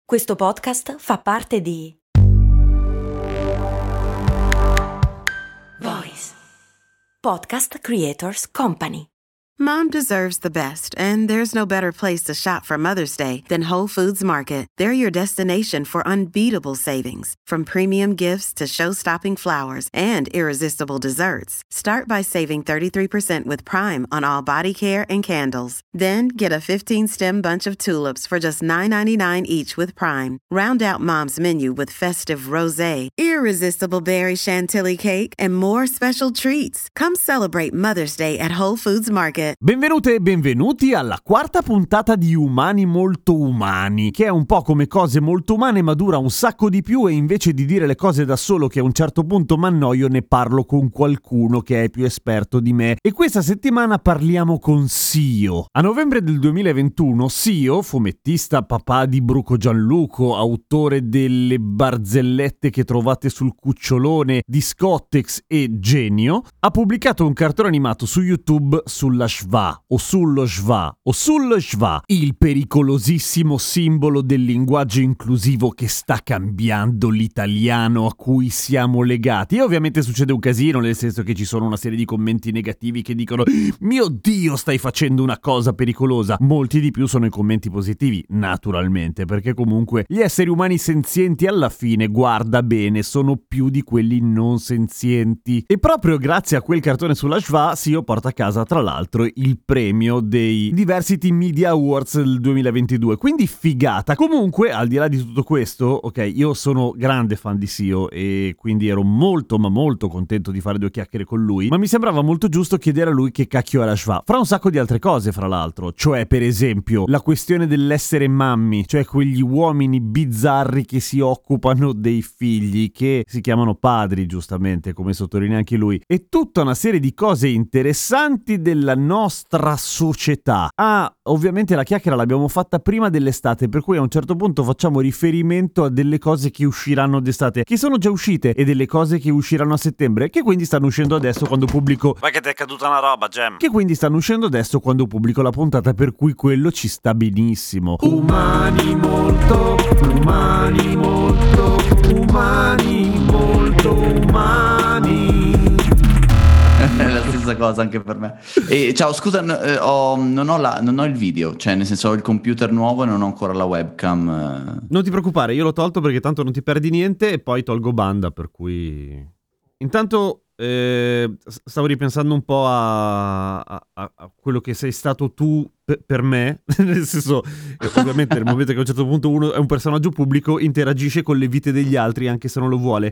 Questo podcast fa parte di Voice Podcast Creators Company. Mom deserves the best, and there's no better place to shop for Mother's Day than Whole Foods Market. They're your destination for unbeatable savings, from premium gifts to show-stopping flowers and irresistible desserts. Start by saving 33% with Prime on all body care and candles. Then get a 15-stem bunch of tulips for just $9.99 each with Prime. Round out Mom's menu with festive rosé, irresistible berry chantilly cake, and more special treats. Come celebrate Mother's Day at Whole Foods Market. Benvenute e benvenuti alla quarta puntata di Umani Molto Umani, che è un po' come Cose Molto Umane ma dura un sacco di più, e invece di dire le cose da solo che a un certo punto m'annoio, ne parlo con qualcuno che è più esperto di me. E questa settimana parliamo con Sio. A novembre del 2021 Sio, fumettista, papà di Bruco Gianluco, autore delle barzellette che trovate sul cucciolone di Scottex e Genio, ha pubblicato un cartone animato su YouTube sulla schwa o sullo schwa, il pericolosissimo simbolo del linguaggio inclusivo che sta cambiando l'italiano a cui siamo legati. E ovviamente succede un casino, nel senso che ci sono una serie di commenti negativi che dicono "Mio Dio, stai facendo una cosa pericolosa". Molti di più sono i commenti positivi, naturalmente, perché comunque gli esseri umani senzienti alla fine, guarda bene, sono più di quelli non senzienti. E proprio grazie a quel cartone sulla schwa, Sio porta a casa tra l'altro il premio dei Diversity Media Awards del 2022, quindi figata. Comunque, al di là di tutto questo, ok, io sono grande fan di Sio e quindi ero molto ma molto contento di fare due chiacchiere con lui, ma mi sembrava molto giusto chiedere a lui che cacchio è la schwa, fra un sacco di altre cose, fra l'altro, cioè per esempio la questione dell'essere mammi, cioè quegli uomini bizzarri che si occupano dei figli, che si chiamano padri, giustamente, come sottolinea anche lui, e tutta una serie di cose interessanti della nostra società. Ovviamente la chiacchiera l'abbiamo fatta prima dell'estate, per cui a un certo punto facciamo riferimento a delle cose che usciranno d'estate, che sono già uscite, e delle cose che usciranno a settembre, che quindi stanno uscendo adesso quando pubblico. Ma che ti è caduta una roba, Gem? Che quindi stanno uscendo adesso quando pubblico la puntata, per cui quello ci sta benissimo. Umani molto umani. È la stessa cosa anche per me. E ciao, scusa, non ho il video, cioè nel senso ho il computer nuovo e non ho ancora la webcam. Non ti preoccupare, io l'ho tolto perché tanto non ti perdi niente, e poi tolgo banda, per cui... Intanto stavo ripensando un po' a quello che sei stato tu per me, nel senso, ovviamente nel momento che a un certo punto uno è un personaggio pubblico, interagisce con le vite degli altri anche se non lo vuole.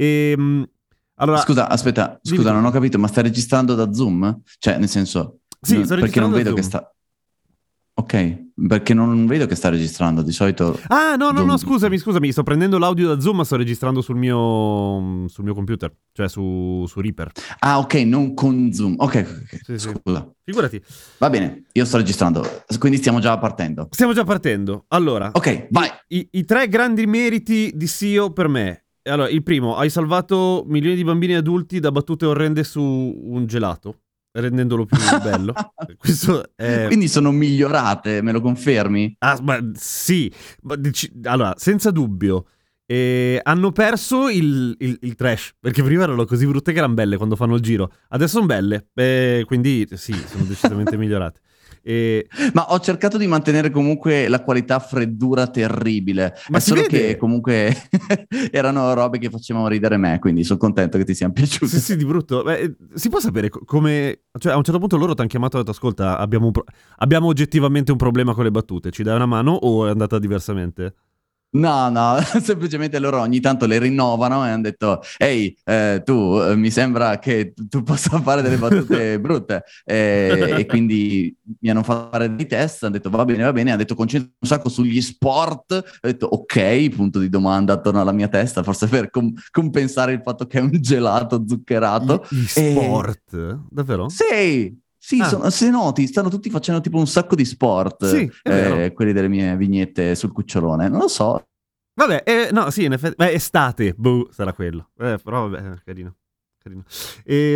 Allora, scusa, non ho capito, ma stai registrando da Zoom? Cioè, nel senso, sì, sto perché non registrando vedo da che Zoom. sta... Ok, perché non vedo che sta registrando, di solito... No, scusami, sto prendendo l'audio da Zoom, ma sto registrando sul mio computer, cioè su Reaper. Ah, ok, non con Zoom. Ok, Sì. scusa. Figurati. Va bene, io sto registrando, quindi stiamo già partendo. Stiamo già partendo. Allora, ok, vai. I tre grandi meriti di Sio per me. Allora, il primo, hai salvato milioni di bambini e adulti da battute orrende su un gelato, rendendolo più bello. Questo è... Quindi sono migliorate, me lo confermi? Ma sì, allora, senza dubbio. Hanno perso il trash, perché prima erano così brutte che erano belle quando fanno il giro. Adesso sono belle, quindi sì, sono decisamente migliorate. Ma ho cercato di mantenere comunque la qualità freddura terribile. Ma è solo vede? che comunque erano robe che facevano ridere me, quindi sono contento che ti siano piaciute. Sì, di brutto. Si può sapere come... Cioè, a un certo punto loro ti hanno chiamato e hanno detto: ascolta, abbiamo oggettivamente un problema con le battute, ci dai una mano, o è andata diversamente? No, semplicemente loro ogni tanto le rinnovano e hanno detto: ehi, tu, mi sembra che tu possa fare delle battute brutte, e quindi mi hanno fatto fare dei test, hanno detto va bene, hanno detto concentra un sacco sugli sport, ho detto ok, punto di domanda attorno alla mia testa, forse per compensare il fatto che è un gelato zuccherato. Gli sport? Davvero? Sì, se noti, stanno tutti facendo tipo un sacco di sport, sì, è vero. quelli delle mie vignette sul cucciolone, non lo so. Vabbè, no, sì, in effetti, estate, sarà quello. Però vabbè, carino. È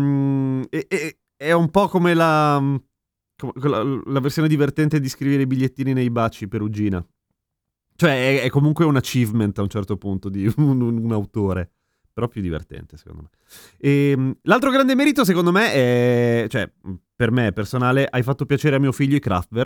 un po' come la versione divertente di scrivere i bigliettini nei baci, Perugina. Cioè è comunque un achievement a un certo punto di un autore, però più divertente secondo me. E l'altro grande merito secondo me è, cioè per me personale, hai fatto piacere a mio figlio i Kraftwerk.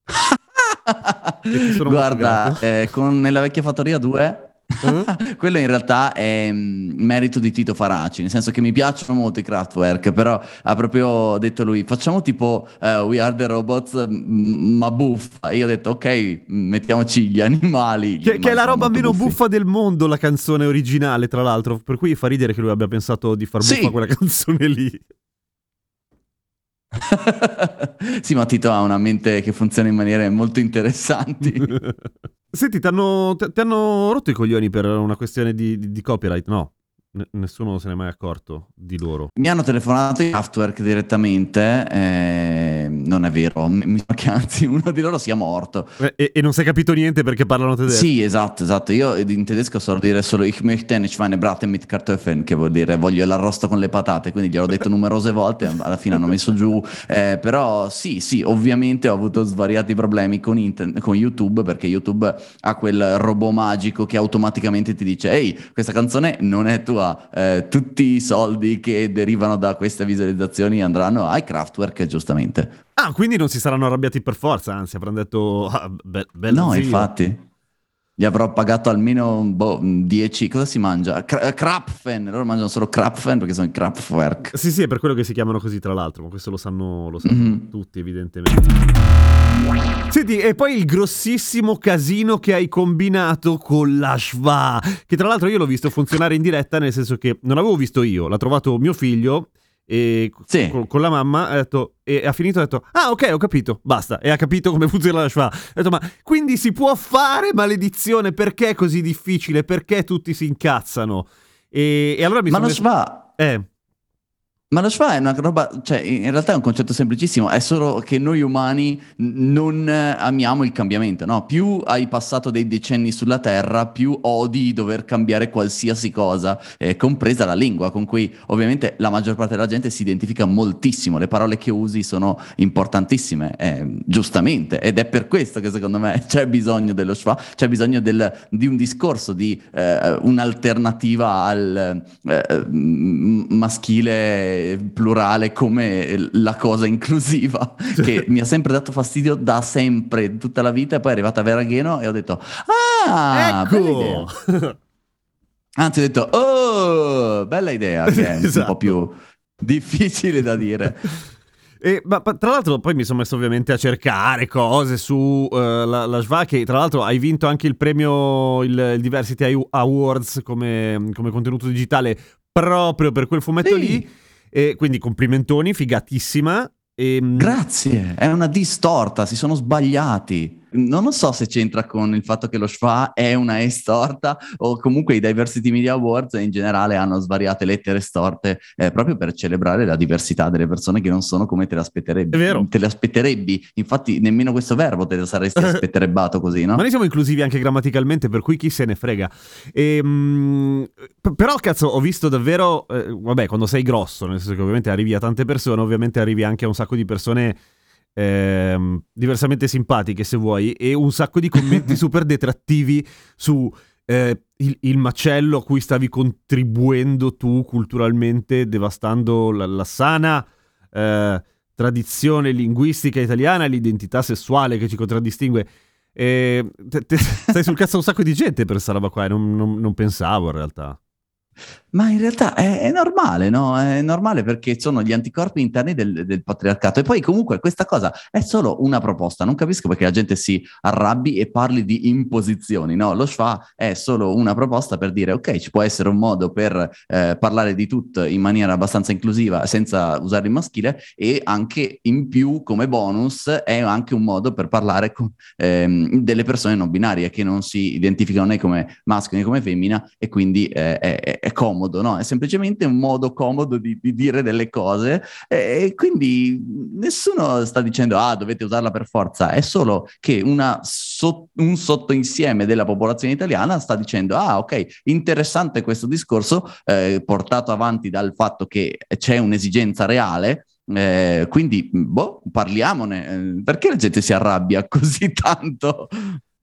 Guarda, nella vecchia Fattoria 2 quello in realtà è merito di Tito Faraci, nel senso che mi piacciono molto i Kraftwerk, però ha proprio detto lui, facciamo tipo We Are The Robots, ma buffa. E io ho detto, ok, mettiamoci gli animali. Che è la roba meno buffa del mondo, la canzone originale, tra l'altro, per cui fa ridere che lui abbia pensato di far buffa quella canzone lì. Sì, ma Tito ha una mente che funziona in maniere molto interessanti. Senti, ti hanno rotto i coglioni per una questione di copyright? No, nessuno se ne è mai accorto di loro. Mi hanno telefonato i Kraftwerk direttamente, non è vero, mi sa che anzi uno di loro sia morto. E non si è capito niente perché parlano tedesco. Sì, esatto, io in tedesco so dire solo Ich möchte eine Schweinebraten mit Kartoffeln, che vuol dire voglio l'arrosto con le patate, quindi gliel'ho detto numerose volte, alla fine hanno messo giù, però sì, ovviamente ho avuto svariati problemi con YouTube, perché YouTube ha quel robot magico che automaticamente ti dice ehi, questa canzone non è tua, tutti i soldi che derivano da queste visualizzazioni andranno ai Kraftwerk, giustamente. Ah, quindi non si saranno arrabbiati per forza, anzi avranno detto bello no, zio. Infatti gli avrò pagato almeno 10, cosa si mangia? Krapfen, loro mangiano solo Krapfen perché sono i Kraftwerk. Sì, è per quello che si chiamano così tra l'altro, ma questo lo sanno tutti evidentemente. Senti, e poi il grossissimo casino che hai combinato con la schwa, che tra l'altro io l'ho visto funzionare in diretta, nel senso che non l'avevo visto io, l'ha trovato mio figlio e con la mamma ha finito e ha detto ah ok, ho capito, basta, e ha capito come funziona la schwa. Ha detto ma quindi si può fare, maledizione, perché è così difficile, perché tutti si incazzano? E allora mi sono messo... Ma lo schwa è una roba, cioè in realtà è un concetto semplicissimo, è solo che noi umani non amiamo il cambiamento, no? Più hai passato dei decenni sulla Terra, più odi dover cambiare qualsiasi cosa, compresa la lingua, con cui ovviamente la maggior parte della gente si identifica moltissimo, le parole che usi sono importantissime, giustamente, ed è per questo che secondo me c'è bisogno dello schwa, c'è bisogno di un discorso, di un'alternativa al maschile plurale come la cosa inclusiva che mi ha sempre dato fastidio da sempre, tutta la vita, e poi è arrivata Veragheno e ho detto ecco! Anzi ho detto oh, bella idea, che è esatto. Un po' più difficile da dire. Ma tra l'altro poi mi sono messo ovviamente a cercare cose su la schwa, che tra l'altro hai vinto anche il premio, il Diversity Awards come contenuto digitale proprio per quel fumetto lì. E quindi complimentoni, figatissima. Grazie, è una distorta, si sono sbagliati. Non lo so se c'entra con il fatto che lo schwa è una E storta o comunque i Diversity Media Awards in generale hanno svariate lettere storte proprio per celebrare la diversità delle persone che non sono come te le aspetterebbi. È vero. Te le aspetterebbi, infatti nemmeno questo verbo te lo saresti aspetterebbato così, no? Ma noi siamo inclusivi anche grammaticalmente, per cui chi se ne frega. Però cazzo, ho visto davvero, vabbè, quando sei grosso, nel senso che ovviamente arrivi a tante persone, ovviamente arrivi anche a un sacco di persone diversamente simpatiche, se vuoi, e un sacco di commenti super detrattivi su il macello a cui stavi contribuendo tu culturalmente, devastando la sana tradizione linguistica italiana e l'identità sessuale che ci contraddistingue. Stai sul cazzo un sacco di gente per questa roba qua, e non pensavo in realtà. Ma in realtà è normale, no? È normale perché sono gli anticorpi interni del patriarcato. E poi comunque questa cosa è solo una proposta. Non capisco perché la gente si arrabbi e parli di imposizioni, no? Lo schwa è solo una proposta per dire ok, ci può essere un modo per parlare di tutto in maniera abbastanza inclusiva senza usare il maschile, e anche in più come bonus è anche un modo per parlare con delle persone non binarie che non si identificano né come maschio né come femmina, e quindi è comodo, no? È semplicemente un modo comodo di dire delle cose, e quindi nessuno sta dicendo dovete usarla per forza, è solo che un sottoinsieme della popolazione italiana sta dicendo ok, interessante questo discorso portato avanti dal fatto che c'è un'esigenza reale, quindi parliamone. Perché la gente si arrabbia così tanto?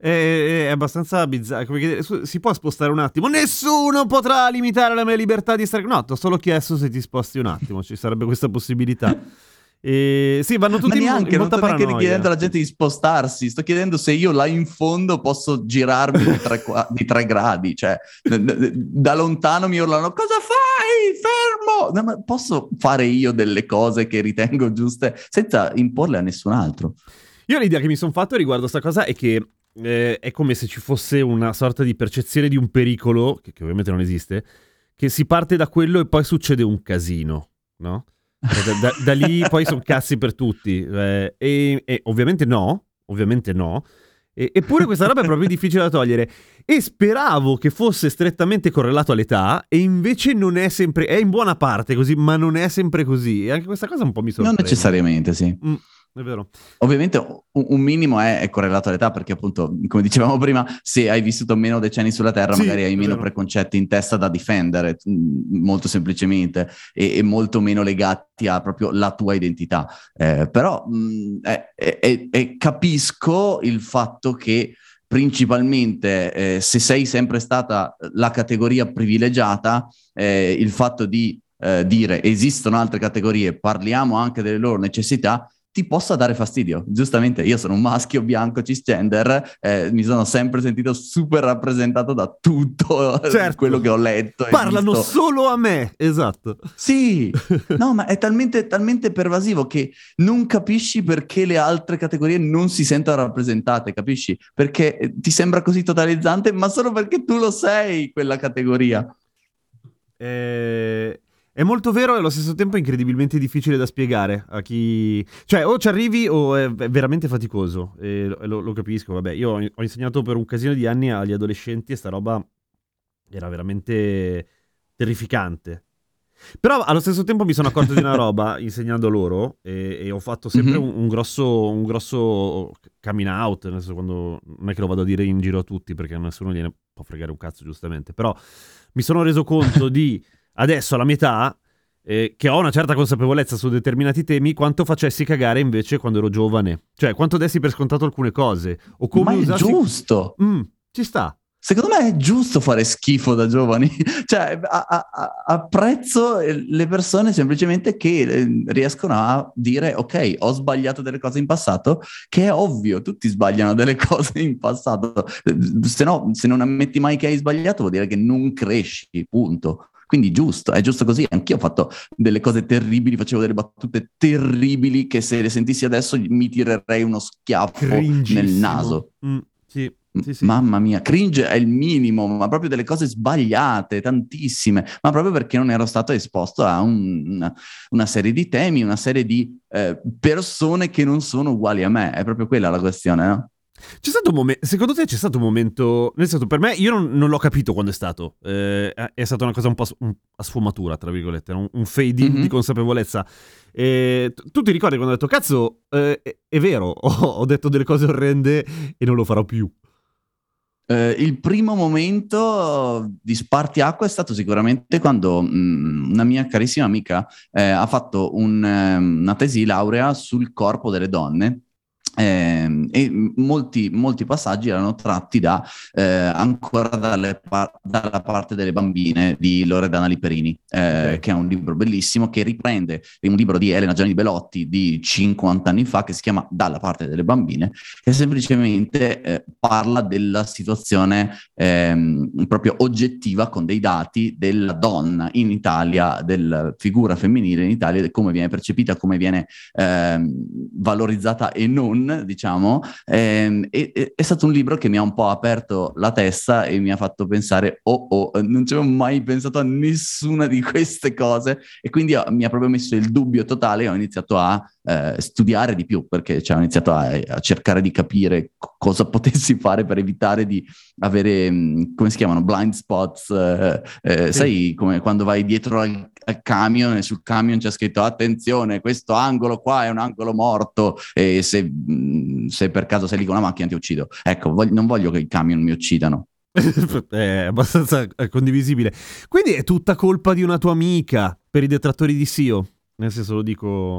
È abbastanza bizzarro. Come chiedere, si può spostare un attimo? Nessuno potrà limitare la mia libertà di stare. No, ti ho solo chiesto se ti sposti un attimo, ci sarebbe questa possibilità. Sì, vanno tutti Ma neanche, in non molta sto neanche paranoia. chiedendo alla gente di spostarsi, sto chiedendo se io là in fondo posso girarmi di 3 gradi, cioè da lontano mi urlano cosa fai? Fermo! No, ma posso fare io delle cose che ritengo giuste senza imporle a nessun altro. Io l'idea che mi sono fatto riguardo sta cosa è che è come se ci fosse una sorta di percezione di un pericolo, che ovviamente non esiste, che si parte da quello e poi succede un casino, no? Da lì poi sono cazzi per tutti, e ovviamente no, eppure questa roba è proprio difficile da togliere, e speravo che fosse strettamente correlato all'età, e invece non è sempre, è in buona parte così, ma non è sempre così, e anche questa cosa un po' mi sorprende. Non necessariamente, sì. È vero. Ovviamente un minimo è correlato all'età, perché appunto, come dicevamo prima, se hai vissuto meno decenni sulla Terra, Sì, magari hai meno vero. preconcetti in testa da difendere, molto semplicemente, e molto meno legati a proprio la tua identità. Però capisco il fatto che principalmente se sei sempre stata la categoria privilegiata, il fatto di dire esistono altre categorie, parliamo anche delle loro necessità, ti possa dare fastidio. Giustamente io sono un maschio bianco cisgender, mi sono sempre sentito super rappresentato da tutto quello che ho letto. Parlano solo a me, esatto. Sì, no, ma è talmente pervasivo che non capisci perché le altre categorie non si sentono rappresentate, capisci? Perché ti sembra così totalizzante, ma solo perché tu lo sei quella categoria. È molto vero e allo stesso tempo è incredibilmente difficile da spiegare a chi... Cioè, o ci arrivi o è veramente faticoso, e lo capisco. Vabbè, io ho insegnato per un casino di anni agli adolescenti e sta roba era veramente terrificante. Però allo stesso tempo mi sono accorto di una roba insegnando loro, e ho fatto sempre un grosso coming out, nel senso, quando non è che lo vado a dire in giro a tutti perché nessuno gliene può fregare un cazzo, giustamente, però mi sono reso conto di adesso alla mia età, che ho una certa consapevolezza su determinati temi, quanto facessi cagare invece quando ero giovane, cioè quanto dessi per scontato alcune cose o come ma è giusto, ci sta. Secondo me è giusto fare schifo da giovani, cioè apprezzo le persone semplicemente che riescono a dire ok, ho sbagliato delle cose in passato, che è ovvio, tutti sbagliano delle cose in passato, se no, se non ammetti mai che hai sbagliato vuol dire che non cresci, punto. Quindi giusto, è giusto così. Anch'io ho fatto delle cose terribili, facevo delle battute terribili che se le sentissi adesso mi tirerei uno schiaffo nel naso. Sì. Mamma mia, cringe è il minimo, ma proprio delle cose sbagliate, tantissime, ma proprio perché non ero stato esposto a una serie di temi, una serie di persone che non sono uguali a me. È proprio quella la questione, no? C'è stato un momento, secondo te c'è stato un momento, nel senso, per me, io non l'ho capito quando è stato, è stata una cosa un po' a sfumatura, tra virgolette, un fade in di consapevolezza. Tu ti ricordi quando ho detto, cazzo, è vero, ho detto delle cose orrende e non lo farò più? Il primo momento di spartiacque è stato sicuramente quando una mia carissima amica ha fatto una tesi laurea sul corpo delle donne. E molti passaggi erano tratti ancora dalla parte delle bambine di Loredana Liperini, che è un libro bellissimo che riprende un libro di Elena Gianni Belotti di 50 anni fa che si chiama Dalla parte delle bambine, che semplicemente parla della situazione proprio oggettiva con dei dati della donna in Italia, della figura femminile in Italia, come viene percepita, come viene valorizzata e non, diciamo, è stato un libro che mi ha un po' aperto la testa e mi ha fatto pensare non ci avevo mai pensato a nessuna di queste cose, e quindi mi ha proprio messo il dubbio totale. Ho iniziato a studiare di più, perché ho iniziato a cercare di capire cosa potessi fare per evitare di avere, come si chiamano, blind spots, sai, come quando vai dietro al camion e sul camion c'è scritto attenzione, questo angolo qua è un angolo morto, e se per caso sei lì con una macchina ti uccido. Ecco, non voglio che i camion mi uccidano. È abbastanza condivisibile. Quindi è tutta colpa di una tua amica per i detrattori di SEO? Nel senso, lo dico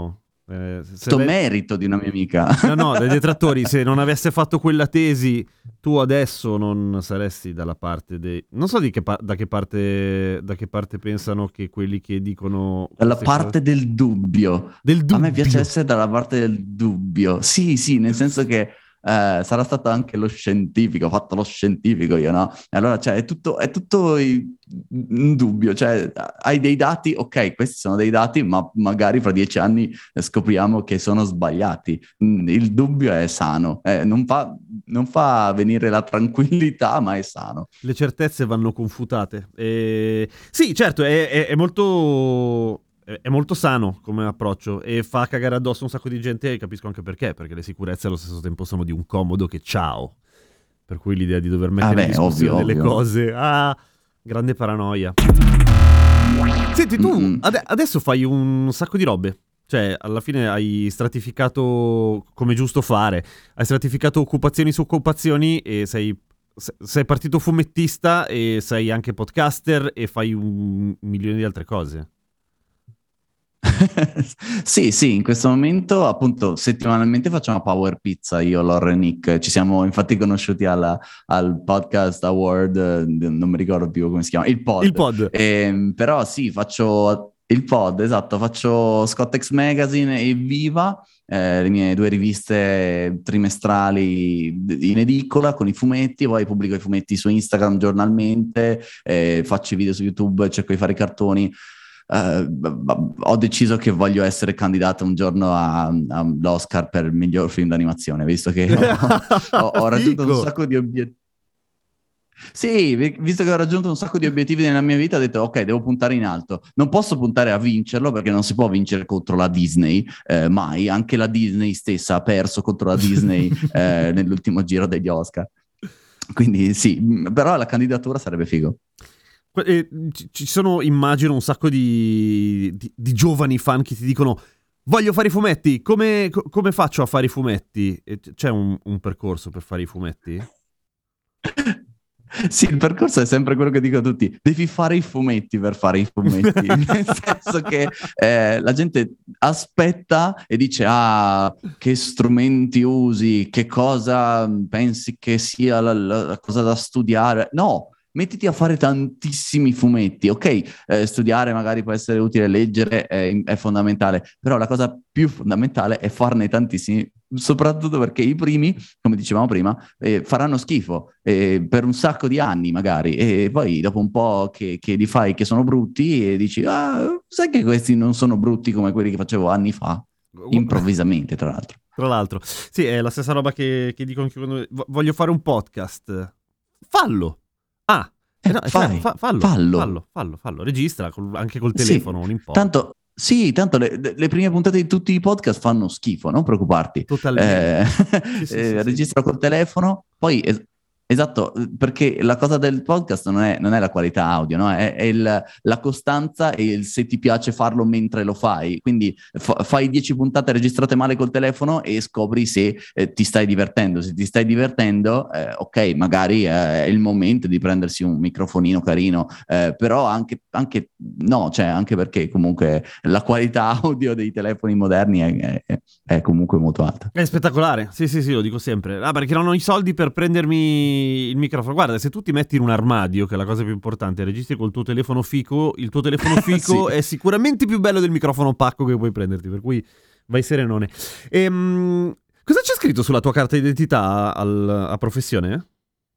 Tutto merito di una mia amica. No, dai detrattori, se non avesse fatto quella tesi, tu adesso non saresti dalla parte dei... Non so da che parte pensano che quelli che dicono... Dalla parte del dubbio. Del dubbio. A me piace essere dalla parte del dubbio. Sì, nel senso che sarà stato anche lo scientifico, ho fatto lo scientifico io, no? E allora, cioè, è tutto un dubbio, cioè, hai dei dati, ok, questi sono dei dati, ma magari fra 10 anni scopriamo che sono sbagliati. Il dubbio è sano, non fa venire la tranquillità, ma è sano. Le certezze vanno confutate. Sì, certo, è molto... È molto sano come approccio e fa cagare addosso un sacco di gente, e capisco anche perché le sicurezze allo stesso tempo sono di un comodo che ciao. Per cui l'idea di dover mettere in discussione delle cose, grande paranoia. Senti, tu adesso fai un sacco di robe. Cioè, alla fine hai stratificato come giusto fare, hai stratificato occupazioni su occupazioni e sei partito fumettista e sei anche podcaster e fai un milione di altre cose. Sì, in questo momento appunto settimanalmente facciamo Power Pizza, io, Lorra e Nick, ci siamo infatti conosciuti al Podcast Award, non mi ricordo più come si chiama, il Pod. Però sì, faccio il Pod, esatto, faccio Scottex Magazine e Viva, le mie 2 riviste trimestrali in edicola con i fumetti, poi pubblico i fumetti su Instagram giornalmente, faccio i video su YouTube, cerco di fare i cartoni. Ho deciso che voglio essere candidato un giorno all'Oscar per il miglior film d'animazione, visto che ho raggiunto un sacco di obiettivi. Sì, visto che ho raggiunto un sacco di obiettivi nella mia vita, ho detto ok, devo puntare in alto. Non posso puntare a vincerlo perché non si può vincere contro la Disney, mai. Anche la Disney stessa ha perso contro la Disney nell'ultimo giro degli Oscar. Quindi sì, però la candidatura sarebbe figo. Ci sono, immagino, un sacco di giovani fan che ti dicono voglio fare i fumetti, come faccio a fare i fumetti? C'è un percorso per fare i fumetti? Sì, il percorso è sempre quello che dico a tutti: devi fare i fumetti per fare i fumetti. Nel senso che la gente aspetta e dice che strumenti usi, che cosa pensi che sia la cosa da studiare. No, mettiti a fare tantissimi fumetti, ok? Studiare magari può essere utile, leggere è fondamentale, però la cosa più fondamentale è farne tantissimi, soprattutto perché i primi, come dicevamo prima, faranno schifo per un sacco di anni magari, e poi dopo un po' che li fai che sono brutti e dici sai che questi non sono brutti come quelli che facevo anni fa, improvvisamente tra l'altro. Tra l'altro, sì, è la stessa roba che dico anche quando voglio fare un podcast. Fallo! Fallo, registra anche col telefono, non importa. Tanto le prime puntate di tutti i podcast fanno schifo, non preoccuparti. Totalmente. Registra col telefono, poi esatto, perché la cosa del podcast non è la qualità audio, no? È la costanza e se ti piace farlo mentre lo fai. Quindi fai 10 puntate registrate male col telefono e scopri se ti stai divertendo. Se ti stai divertendo, ok, magari è il momento di prendersi un microfonino carino, però anche no, cioè anche perché comunque la qualità audio dei telefoni moderni è comunque molto alta. È spettacolare, sì, lo dico sempre. Perché non ho i soldi per prendermi il microfono. Guarda, se tu ti metti in un armadio, che è la cosa più importante, registri col tuo telefono fico, il tuo telefono fico sì, è sicuramente più bello del microfono pacco che puoi prenderti, per cui vai serenone. Cosa c'è scritto sulla tua carta d'identità a professione?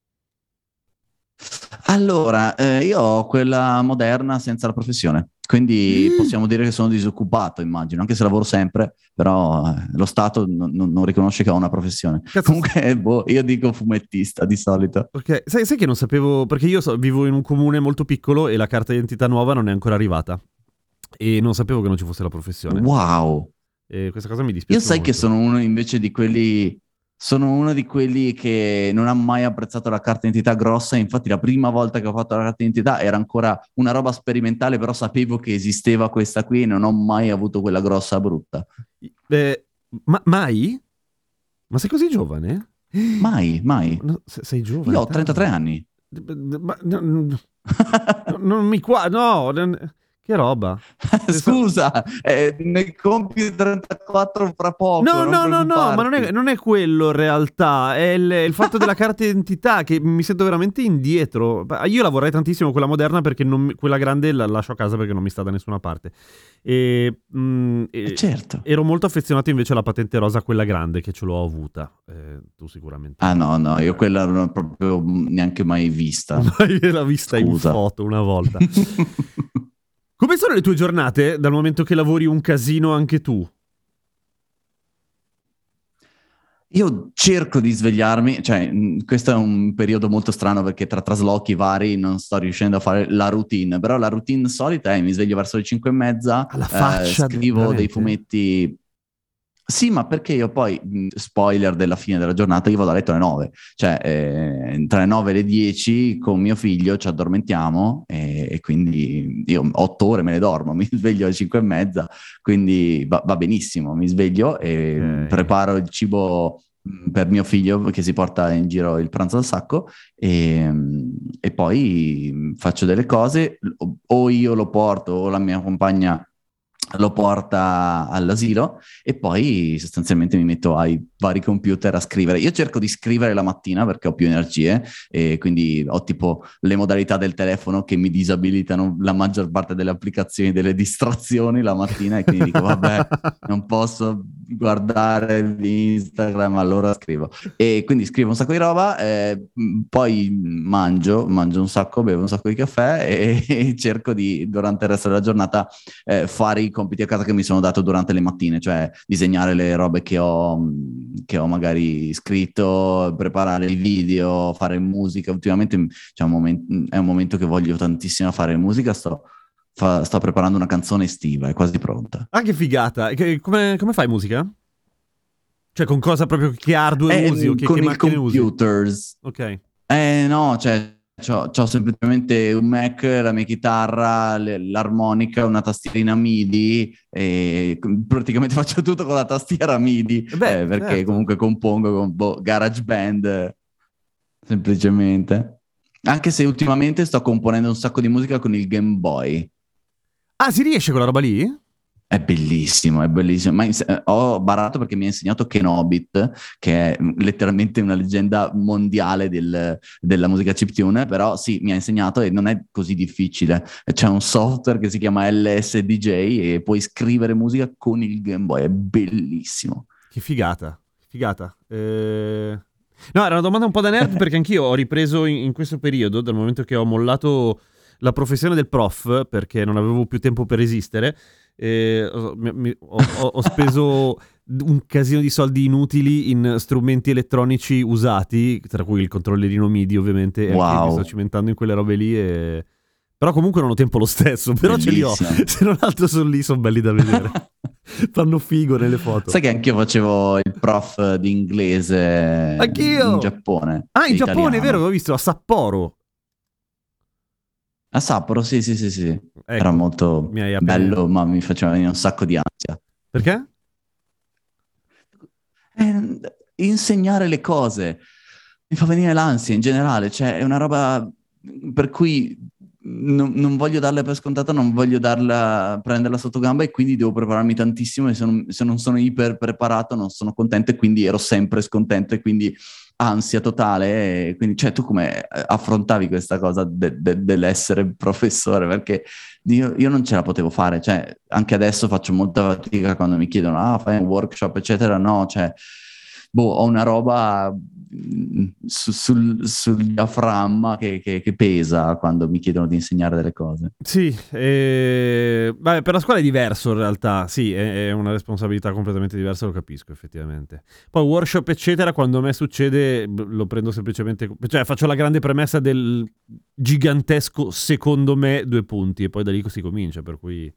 Allora, io ho quella moderna senza la professione, quindi possiamo dire che sono disoccupato, immagino, anche se lavoro sempre, però lo Stato non riconosce che ho una professione. Comunque, io dico fumettista di solito. Ok, sai che non sapevo, perché io vivo in un comune molto piccolo e la carta d'identità nuova non è ancora arrivata e non sapevo che non ci fosse la professione. Wow! E questa cosa mi dispiace Io sai molto. che sono uno invece di quelli... Sono uno di quelli che non ha mai apprezzato la carta d'identità grossa, infatti la prima volta che ho fatto la carta d'identità era ancora una roba sperimentale, però sapevo che esisteva questa qui e non ho mai avuto quella grossa brutta. Mai? Ma sei così giovane? Mai. No, sei giovane. Io ho 33 anni. Non mi qua... No... Che roba. Scusa, ne compi 34 fra poco. No, non ma non è quello in realtà, è il fatto della carta d'identità che mi sento veramente indietro. Io lavorerei tantissimo con quella moderna perché quella grande la lascio a casa perché non mi sta da nessuna parte. Certo. Ero molto affezionato invece alla patente rosa, quella grande, che ce l'ho avuta. Tu sicuramente. Ah no, io quella non l'ho proprio neanche mai vista. Mai l'ho vista in Scusa. foto una volta. Come sono le tue giornate dal momento che lavori un casino anche tu? Io cerco di svegliarmi, cioè questo è un periodo molto strano perché tra traslochi vari non sto riuscendo a fare la routine, però la routine solita è mi sveglio verso le 5:30, Alla faccia scrivo veramente? dei fumetti. Sì, ma perché io poi, spoiler della fine della giornata, io vado a letto alle 9, cioè tra le 9 e le 10 con mio figlio ci addormentiamo e quindi io 8 ore me le dormo, mi sveglio alle 5:30, quindi va benissimo, mi sveglio e preparo il cibo per mio figlio che si porta in giro il pranzo al sacco e poi faccio delle cose, o io lo porto o la mia compagna lo porta all'asilo e poi sostanzialmente mi metto ai vari computer a scrivere. Io cerco di scrivere la mattina perché ho più energie e quindi ho tipo le modalità del telefono che mi disabilitano la maggior parte delle applicazioni, delle distrazioni la mattina e quindi dico vabbè, non posso guardare Instagram, allora scrivo. E quindi scrivo un sacco di roba, poi mangio un sacco, bevo un sacco di caffè e cerco di, durante il resto della giornata, fare i compiti a casa che mi sono dato durante le mattine, cioè disegnare le robe che ho magari scritto, preparare i video, fare musica. Ultimamente è un momento che voglio tantissimo fare musica, sto preparando una canzone estiva, è quasi pronta. Ah, che figata! Come fai musica? Cioè, con cosa proprio, che hardware usi? O con che i macchine computers. Usi? Ok. No, cioè c'ho semplicemente un Mac, la mia chitarra, l'armonica, una tastierina MIDI e praticamente faccio tutto con la tastiera MIDI perché certo. comunque compongo con GarageBand semplicemente. Anche se ultimamente sto componendo un sacco di musica con il Game Boy. Ah, si riesce quella roba lì? È bellissimo, è bellissimo. Ma ho barato perché mi ha insegnato Kenobit, che è letteralmente una leggenda mondiale della musica chiptune, però sì, mi ha insegnato e non è così difficile. C'è un software che si chiama LSDJ e puoi scrivere musica con il Game Boy, è bellissimo. Che figata, figata. No, era una domanda un po' da nerd perché anch'io ho ripreso in questo periodo, dal momento che ho mollato la professione del prof perché non avevo più tempo per esistere. Ho speso un casino di soldi inutili in strumenti elettronici usati, tra cui il controllerino MIDI ovviamente, e anche mi sto cimentando in quelle robe lì però comunque non ho tempo lo stesso, però bellissimo. Ce li ho, se non altro sono lì, sono belli da vedere. Fanno figo nelle foto. Sai che anch'io facevo il prof di inglese anch'io! In Giappone. Ah, in Giappone, è vero, avevo visto a Sapporo. A Sapporo, sì. Ecco, era molto bello, ma mi faceva venire un sacco di ansia. Perché? Insegnare le cose mi fa venire l'ansia in generale, cioè è una roba per cui non voglio darla per scontata, non voglio prenderla sotto gamba e quindi devo prepararmi tantissimo e se non sono iper preparato non sono contento e quindi ero sempre scontento e quindi ansia totale. E quindi, cioè, tu come affrontavi questa cosa dell'essere professore? Perché io non ce la potevo fare, cioè anche adesso faccio molta fatica quando mi chiedono fai un workshop eccetera, no, cioè ho una roba sul diaframma che pesa quando mi chiedono di insegnare delle cose. Sì, vabbè, per la scuola è diverso in realtà, sì, è una responsabilità completamente diversa, lo capisco effettivamente. Poi workshop eccetera, quando a me succede lo prendo semplicemente, cioè faccio la grande premessa del gigantesco secondo me 2 punti e poi da lì si comincia, per cui...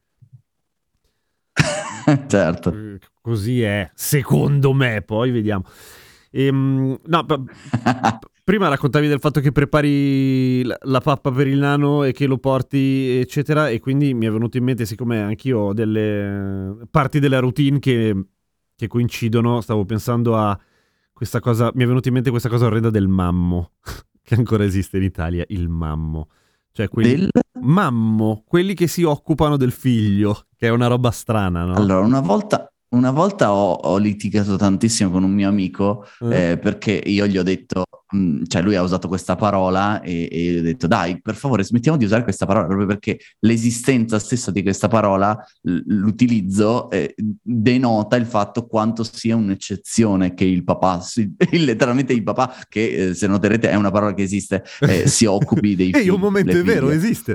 Certo. Così è, secondo me, poi vediamo. No, prima raccontavi del fatto che prepari la pappa per il nano e che lo porti eccetera, e quindi mi è venuto in mente, siccome anch'io ho delle parti della routine che coincidono, stavo pensando a questa cosa, mi è venuta in mente questa cosa orrenda del mammo che ancora esiste in Italia, il mammo. Cioè quelli mammo, quelli che si occupano del figlio, che è una roba strana, no? Allora, una volta ho litigato tantissimo con un mio amico perché io gli ho detto, cioè lui ha usato questa parola e io gli ho detto dai, per favore smettiamo di usare questa parola, proprio perché l'esistenza stessa di questa parola, l'utilizzo denota il fatto quanto sia un'eccezione che il papà, letteralmente il papà, che se noterete è una parola che esiste, si occupi dei figli. Un momento è vero, esiste.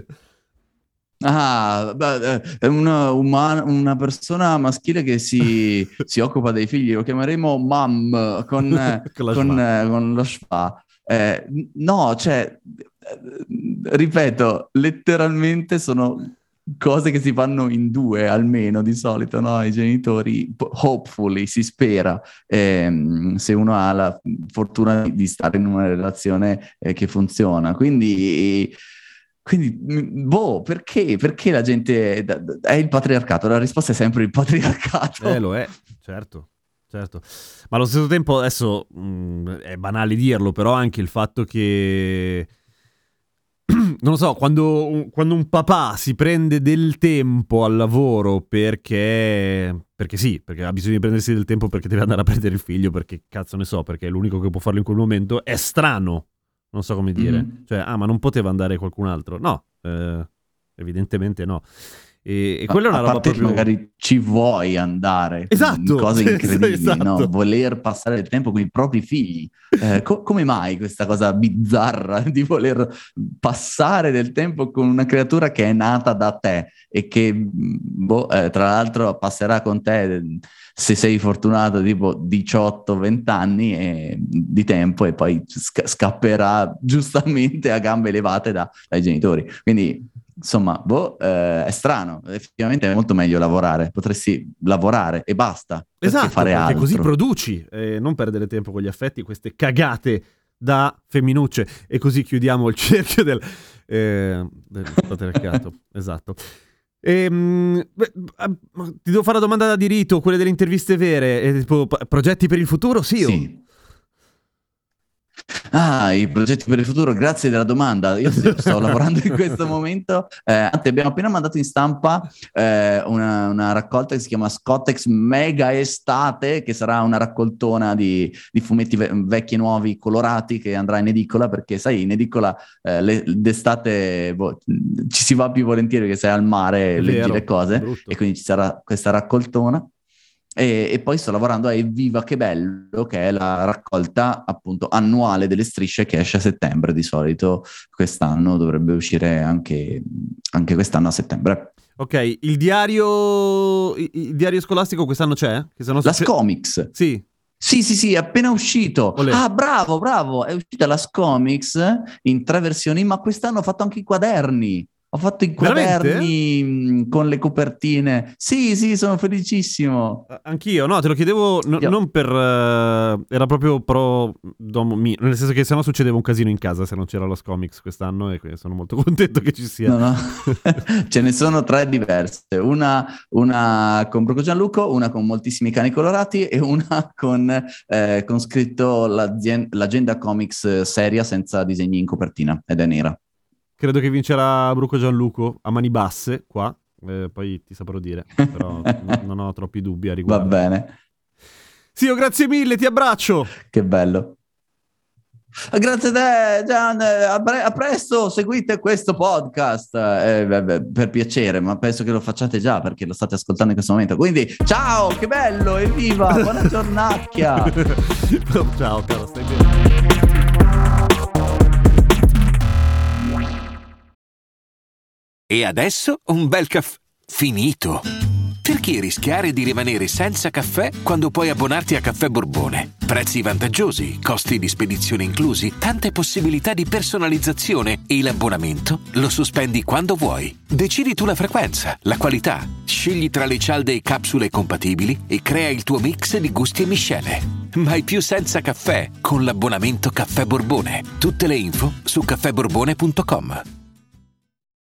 Una persona maschile che si occupa dei figli, lo chiameremo mam con lo schwa. No, cioè, ripeto, letteralmente sono cose che si fanno in due almeno di solito, no? I genitori, hopefully, si spera, se uno ha la fortuna di stare in una relazione che funziona. Quindi, perché? Perché la gente è il patriarcato? La risposta è sempre il patriarcato. Lo è, certo. Ma allo stesso tempo, adesso è banale dirlo, però anche il fatto che, non lo so, quando un papà si prende del tempo al lavoro perché ha bisogno di prendersi del tempo perché deve andare a prendere il figlio, perché cazzo ne so, perché è l'unico che può farlo in quel momento, è strano. Non so come dire. Cioè, ma non poteva andare qualcun altro? No, evidentemente no. E quella è una roba proprio... magari ci vuoi andare. Esatto. Cose incredibili, esatto. No? Voler passare del tempo con i propri figli. Come mai questa cosa bizzarra di voler passare del tempo con una creatura che è nata da te e che, tra l'altro, passerà con te... se sei fortunato tipo 18-20 anni di tempo e poi scapperà giustamente a gambe levate dai genitori. Quindi insomma, è strano, effettivamente è molto meglio lavorare, potresti lavorare e basta, esatto, fare perché altro. Così produci, non perdere tempo con gli affetti, queste cagate da femminucce, e così chiudiamo il cerchio del patriarcato. Esatto. Ti devo fare una domanda da diritto, quelle delle interviste vere, tipo progetti per il futuro? Sì. I progetti per il futuro, grazie della domanda. Io sto lavorando in questo momento. Abbiamo appena mandato in stampa una raccolta che si chiama Scottex Mega Estate, che sarà una raccoltona di fumetti vecchi e nuovi colorati che andrà in edicola, perché sai, in edicola d'estate ci si va più volentieri che sei al mare, leggi le cose, brutto. E quindi ci sarà questa raccoltona. E poi sto lavorando a Evviva che bello, che è la raccolta appunto annuale delle strisce che esce a settembre di solito. Quest'anno dovrebbe uscire anche quest'anno a settembre. Ok, il diario scolastico quest'anno c'è? La Scomics. Sì. Sì, è appena uscito. Olè. Ah, bravo, è uscita la Scomics in 3 versioni, ma quest'anno ho fatto anche i quaderni. Ho fatto i quaderni con le copertine. Sì, sono felicissimo. Anch'io, no, te lo chiedevo non per... era proprio pro domo mio, nel senso che sennò succedeva un casino in casa se non c'era lo Scomics quest'anno, e sono molto contento che ci sia. No. Ce ne sono 3 diverse. Una con Bruco Gianluco, una con moltissimi cani colorati e una con scritto l'agenda comics seria senza disegni in copertina, ed è nera. Credo che vincerà Bruco Gianluco a mani basse qua, poi ti saprò dire, però non ho troppi dubbi a riguardo. Va bene. Sì, grazie mille, ti abbraccio. Che bello. Grazie a te, Gian. A presto, seguite questo podcast. Per piacere, ma penso che lo facciate già perché lo state ascoltando in questo momento. Quindi, ciao, che bello, evviva, buona giornacchia. Ciao, caro, stai bene. E adesso un bel caffè finito. Perché rischiare di rimanere senza caffè quando puoi abbonarti a Caffè Borbone? Prezzi vantaggiosi, costi di spedizione inclusi, tante possibilità di personalizzazione, e l'abbonamento lo sospendi quando vuoi. Decidi tu la frequenza, la qualità, scegli tra le cialde e capsule compatibili e crea il tuo mix di gusti e miscele. Mai più senza caffè con l'abbonamento Caffè Borbone. Tutte le info su caffèborbone.com.